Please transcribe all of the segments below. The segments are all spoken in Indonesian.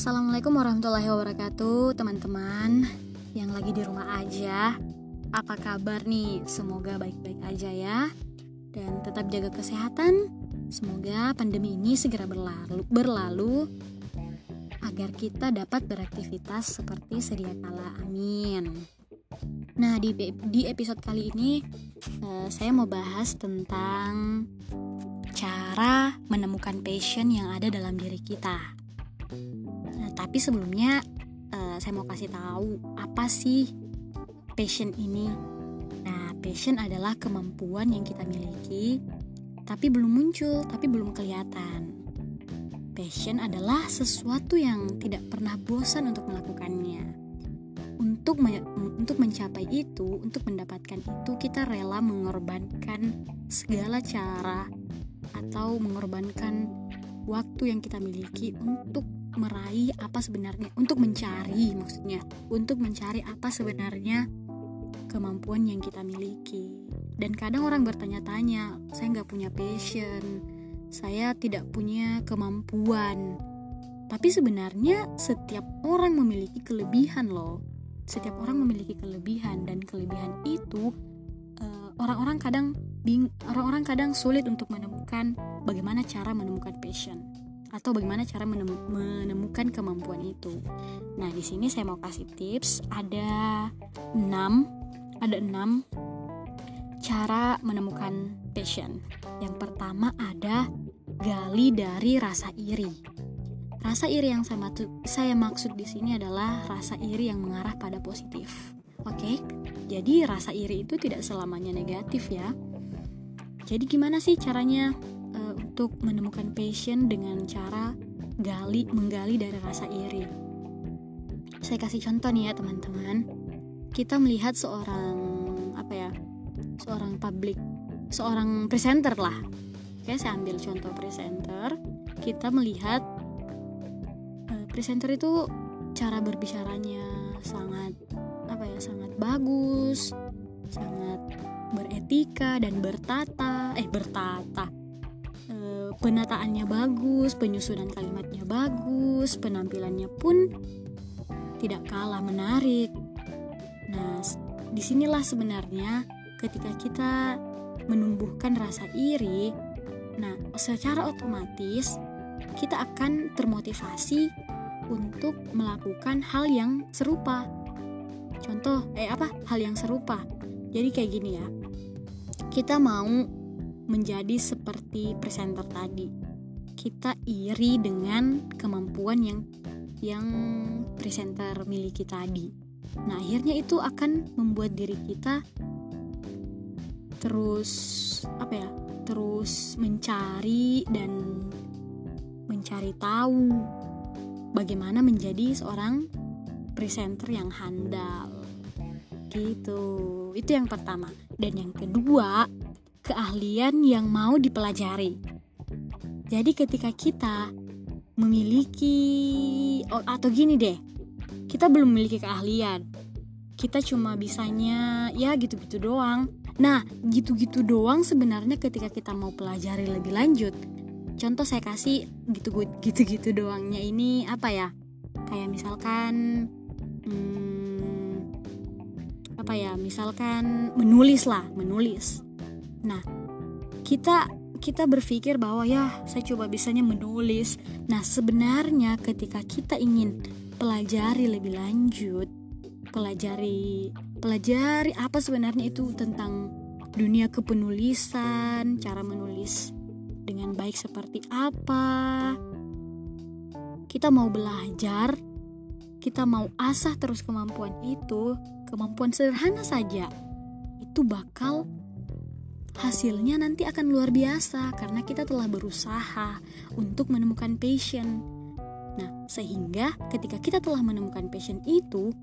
Assalamualaikum warahmatullahi wabarakatuh, teman-teman yang lagi di rumah aja. Apa kabar nih? Semoga baik-baik aja ya. Dan tetap jaga kesehatan. Semoga pandemi ini segera berlalu agar kita dapat beraktivitas seperti sedia kala. Amin. Nah, di episode kali ini saya mau bahas tentang cara menemukan passion yang ada dalam diri kita. Nah, tapi sebelumnya saya mau kasih tahu apa sih passion ini. Nah, passion adalah kemampuan yang kita miliki tapi belum muncul, tapi belum kelihatan. Passion adalah sesuatu yang tidak pernah bosan untuk melakukannya. Untuk mencapai itu, untuk mendapatkan itu, kita rela mengorbankan segala cara atau mengorbankan waktu yang kita miliki untuk meraih apa sebenarnya, untuk mencari apa sebenarnya kemampuan yang kita miliki. Dan kadang orang bertanya-tanya, saya nggak punya passion, saya tidak punya kemampuan. Tapi sebenarnya setiap orang memiliki kelebihan loh. Setiap orang memiliki kelebihan, dan kelebihan itu orang-orang kadang sulit untuk menemukan bagaimana cara menemukan passion atau bagaimana cara menemukan kemampuan itu. Nah, di sini saya mau kasih tips, ada 6 cara menemukan passion. Yang pertama ada gali dari rasa iri. Rasa iri yang saya maksud di sini adalah rasa iri yang mengarah pada positif. Oke? Jadi rasa iri itu tidak selamanya negatif ya. Jadi gimana sih caranya untuk menemukan passion dengan cara menggali dari rasa iri? Saya kasih contoh nih ya teman-teman. Kita melihat seorang presenter lah. Oke, saya ambil contoh presenter. Kita melihat presenter itu cara berbicaranya sangat bagus, sangat beretika dan bertata. Penataannya bagus, penyusunan kalimatnya bagus, penampilannya pun tidak kalah menarik. Nah, disinilah sebenarnya ketika kita menumbuhkan rasa iri, nah secara otomatis kita akan termotivasi untuk melakukan hal yang serupa. Hal yang serupa. Jadi kayak gini ya. Kita mau menjadi seperti presenter tadi. Kita iri dengan kemampuan yang presenter miliki tadi. Nah, akhirnya itu akan membuat diri kita terus mencari tahu bagaimana menjadi seorang presenter yang handal. Gitu. Itu yang pertama. Dan yang kedua, keahlian yang mau dipelajari. Jadi ketika kita memiliki kita belum memiliki keahlian, kita cuma bisanya ya gitu-gitu doang. Nah, gitu-gitu doang sebenarnya ketika kita mau pelajari lebih lanjut. Contoh saya kasih gitu-gitu doangnya ini kayak misalkan menulis. Nah, kita berpikir bahwa ya saya coba bisanya menulis. Nah, sebenarnya ketika kita ingin pelajari lebih lanjut, pelajari apa sebenarnya itu tentang dunia kepenulisan, cara menulis dengan baik seperti apa, kita mau belajar, kita mau asah terus kemampuan itu, kemampuan sederhana saja, itu bakal hasilnya nanti akan luar biasa karena kita telah berusaha untuk menemukan passion. Nah, sehingga ketika kita telah menemukan passion itu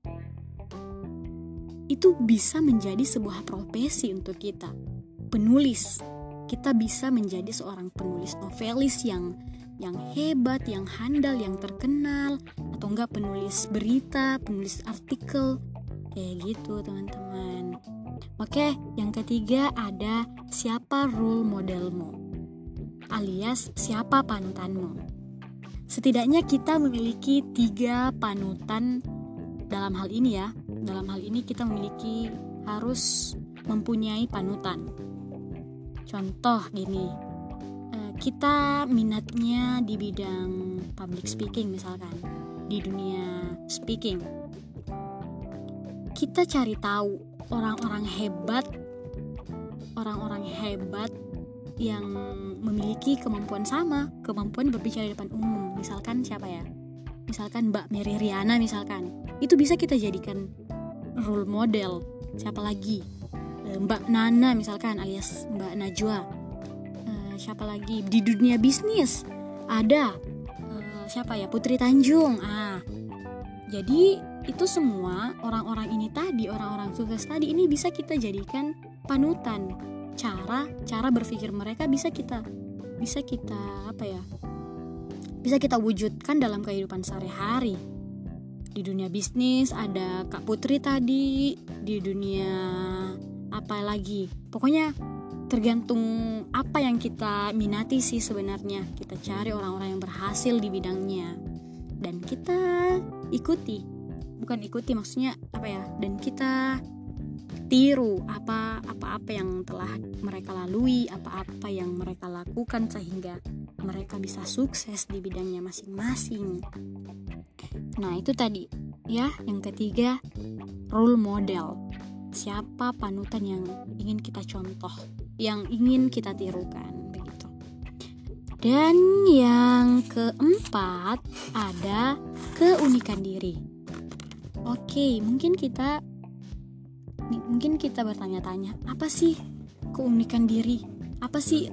bisa menjadi sebuah profesi untuk kita. Penulis, kita bisa menjadi seorang penulis novelis yang hebat, yang handal, yang terkenal, atau enggak penulis berita, penulis artikel, kayak gitu teman-teman. Oke, yang ketiga ada siapa role modelmu, alias siapa panutanmu. setidaknya kita memiliki 3 panutan dalam hal ini ya. Dalam hal ini kita harus mempunyai panutan. Contoh gini, kita minatnya di bidang public speaking misalkan, di dunia speaking. Kita cari tahu orang-orang hebat yang memiliki kemampuan berbicara di depan umum. Misalkan siapa ya? Misalkan Mbak Mary Riana misalkan. Itu bisa kita jadikan role model. Siapa lagi? Mbak Nana misalkan alias Mbak Najwa. Siapa lagi? Di dunia bisnis ada siapa ya? Putri Tanjung. Jadi itu semua orang-orang sukses tadi ini bisa kita jadikan panutan. Cara berpikir mereka bisa kita wujudkan dalam kehidupan sehari-hari. Di dunia bisnis ada Kak Putri tadi, di dunia apa lagi? Pokoknya tergantung apa yang kita minati sih sebenarnya. Kita cari orang-orang yang berhasil di bidangnya dan kita dan kita tiru apa-apa yang telah mereka lalui, apa-apa yang mereka lakukan sehingga mereka bisa sukses di bidangnya masing-masing. Nah, itu tadi ya, yang ketiga, role model. Siapa panutan yang ingin kita contoh, yang ingin kita tirukan, begitu. Dan yang keempat ada keunikan diri. Oke, mungkin kita bertanya-tanya, apa sih keunikan diri? Apa sih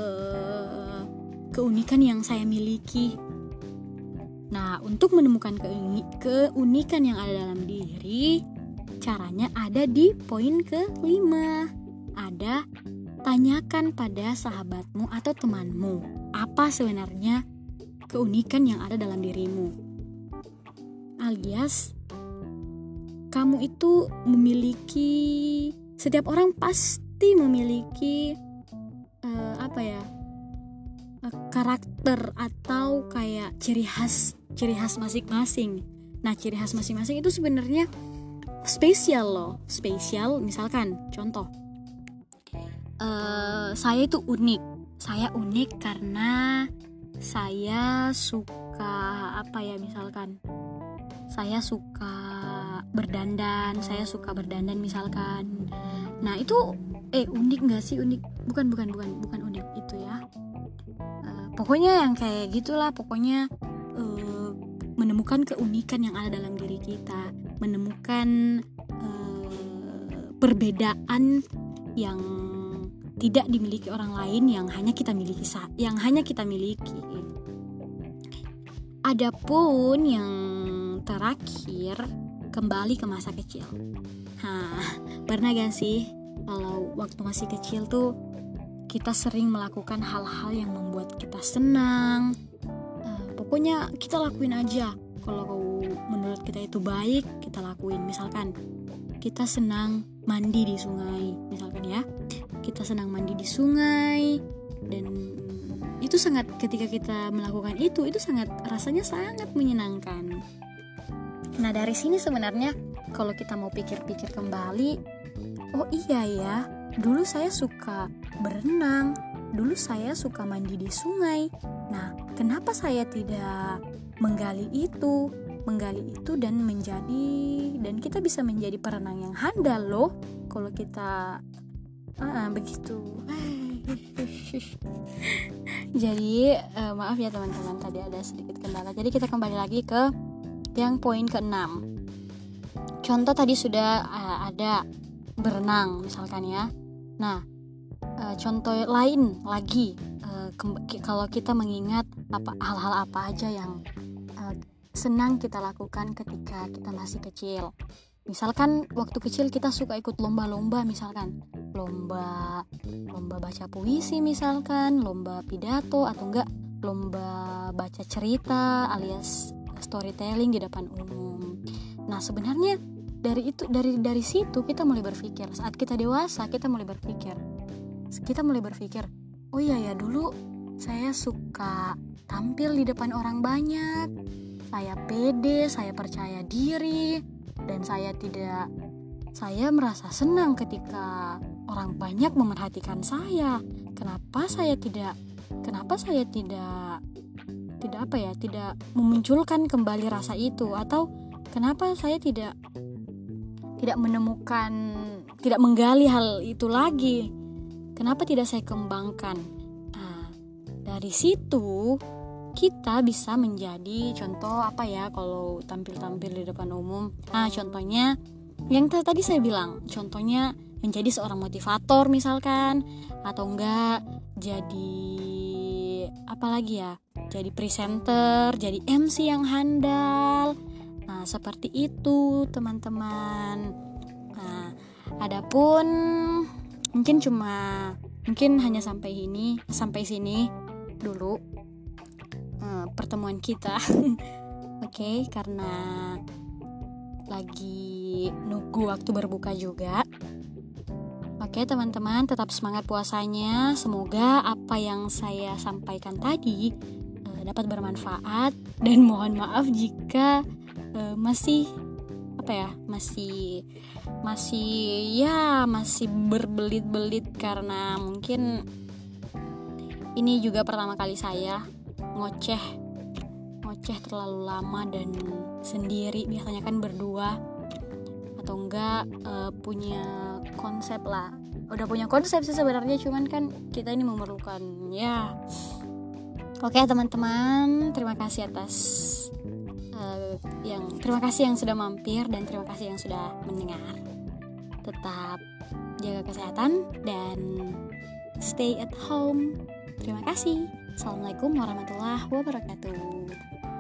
keunikan yang saya miliki? Nah, untuk menemukan keunikan yang ada dalam diri, caranya ada di poin ke-5. Ada, tanyakan pada sahabatmu atau temanmu, apa sebenarnya keunikan yang ada dalam dirimu? Alias, kamu itu setiap orang pasti memiliki karakter atau kayak ciri khas masing-masing. Nah, ciri khas masing-masing itu sebenarnya spesial loh. Spesial, misalkan contoh, saya itu unik. Saya unik karena saya suka misalkan saya suka berdandan misalkan. Nah, itu unik nggak sih? Unik bukan unik itu ya. Pokoknya yang kayak gitulah. Pokoknya menemukan keunikan yang ada dalam diri kita, menemukan perbedaan yang tidak dimiliki orang lain, yang hanya kita miliki. Adapun yang terakhir, kembali ke masa kecil. Pernah gak sih kalau waktu masih kecil tuh kita sering melakukan hal-hal yang membuat kita senang? Pokoknya kita lakuin aja. Kalau menurut kita itu baik, kita lakuin. Misalkan kita senang mandi di sungai, misalkan ya. Kita senang mandi di sungai, dan itu ketika kita melakukan itu rasanya sangat menyenangkan. Nah, dari sini sebenarnya kalau kita mau pikir-pikir kembali, oh iya ya, dulu saya suka berenang, dulu saya suka mandi di sungai. Nah, kenapa saya tidak menggali itu dan kita bisa menjadi perenang yang handal loh kalau kita begitu. Jadi maaf ya teman-teman, tadi ada sedikit kendala. Jadi kita kembali lagi ke yang poin ke-6. Contoh tadi sudah ada berenang misalkan ya. Nah, contoh lain lagi, kalau kita mengingat hal-hal apa aja yang senang kita lakukan ketika kita masih kecil. Misalkan waktu kecil kita suka ikut lomba-lomba, misalkan lomba baca puisi, misalkan lomba pidato, atau enggak lomba baca cerita alias storytelling di depan umum. Nah, sebenarnya dari situ kita mulai berpikir. Saat kita dewasa kita mulai berpikir, oh iya ya, dulu Saya suka tampil di depan orang banyak. Saya pede, saya percaya diri, dan saya merasa senang ketika orang banyak memerhatikan saya. Kenapa saya tidak tidak memunculkan kembali rasa itu, atau kenapa saya tidak menggali hal itu lagi? Kenapa tidak saya kembangkan? Nah, dari situ kita bisa menjadi contoh kalau tampil-tampil di depan umum. Nah, contohnya yang tadi saya bilang, contohnya menjadi seorang motivator misalkan, atau enggak jadi jadi presenter, jadi MC yang handal. Nah, seperti itu teman-teman. Nah, adapun mungkin hanya sampai sini dulu pertemuan kita. Oke, karena lagi nunggu waktu berbuka juga. Oke teman-teman, tetap semangat puasanya. Semoga apa yang saya sampaikan tadi dapat bermanfaat, dan mohon maaf jika masih berbelit-belit, karena mungkin ini juga pertama kali saya ngoceh terlalu lama dan sendiri. Biasanya kan berdua atau enggak punya konsep lah. Udah punya konsep sih sebenarnya, cuman kan kita ini memerlukan ya. Oke teman-teman, terima kasih terima kasih yang sudah mampir, dan terima kasih yang sudah mendengar. Tetap jaga kesehatan dan stay at home. Terima kasih. Assalamualaikum warahmatullahi wabarakatuh.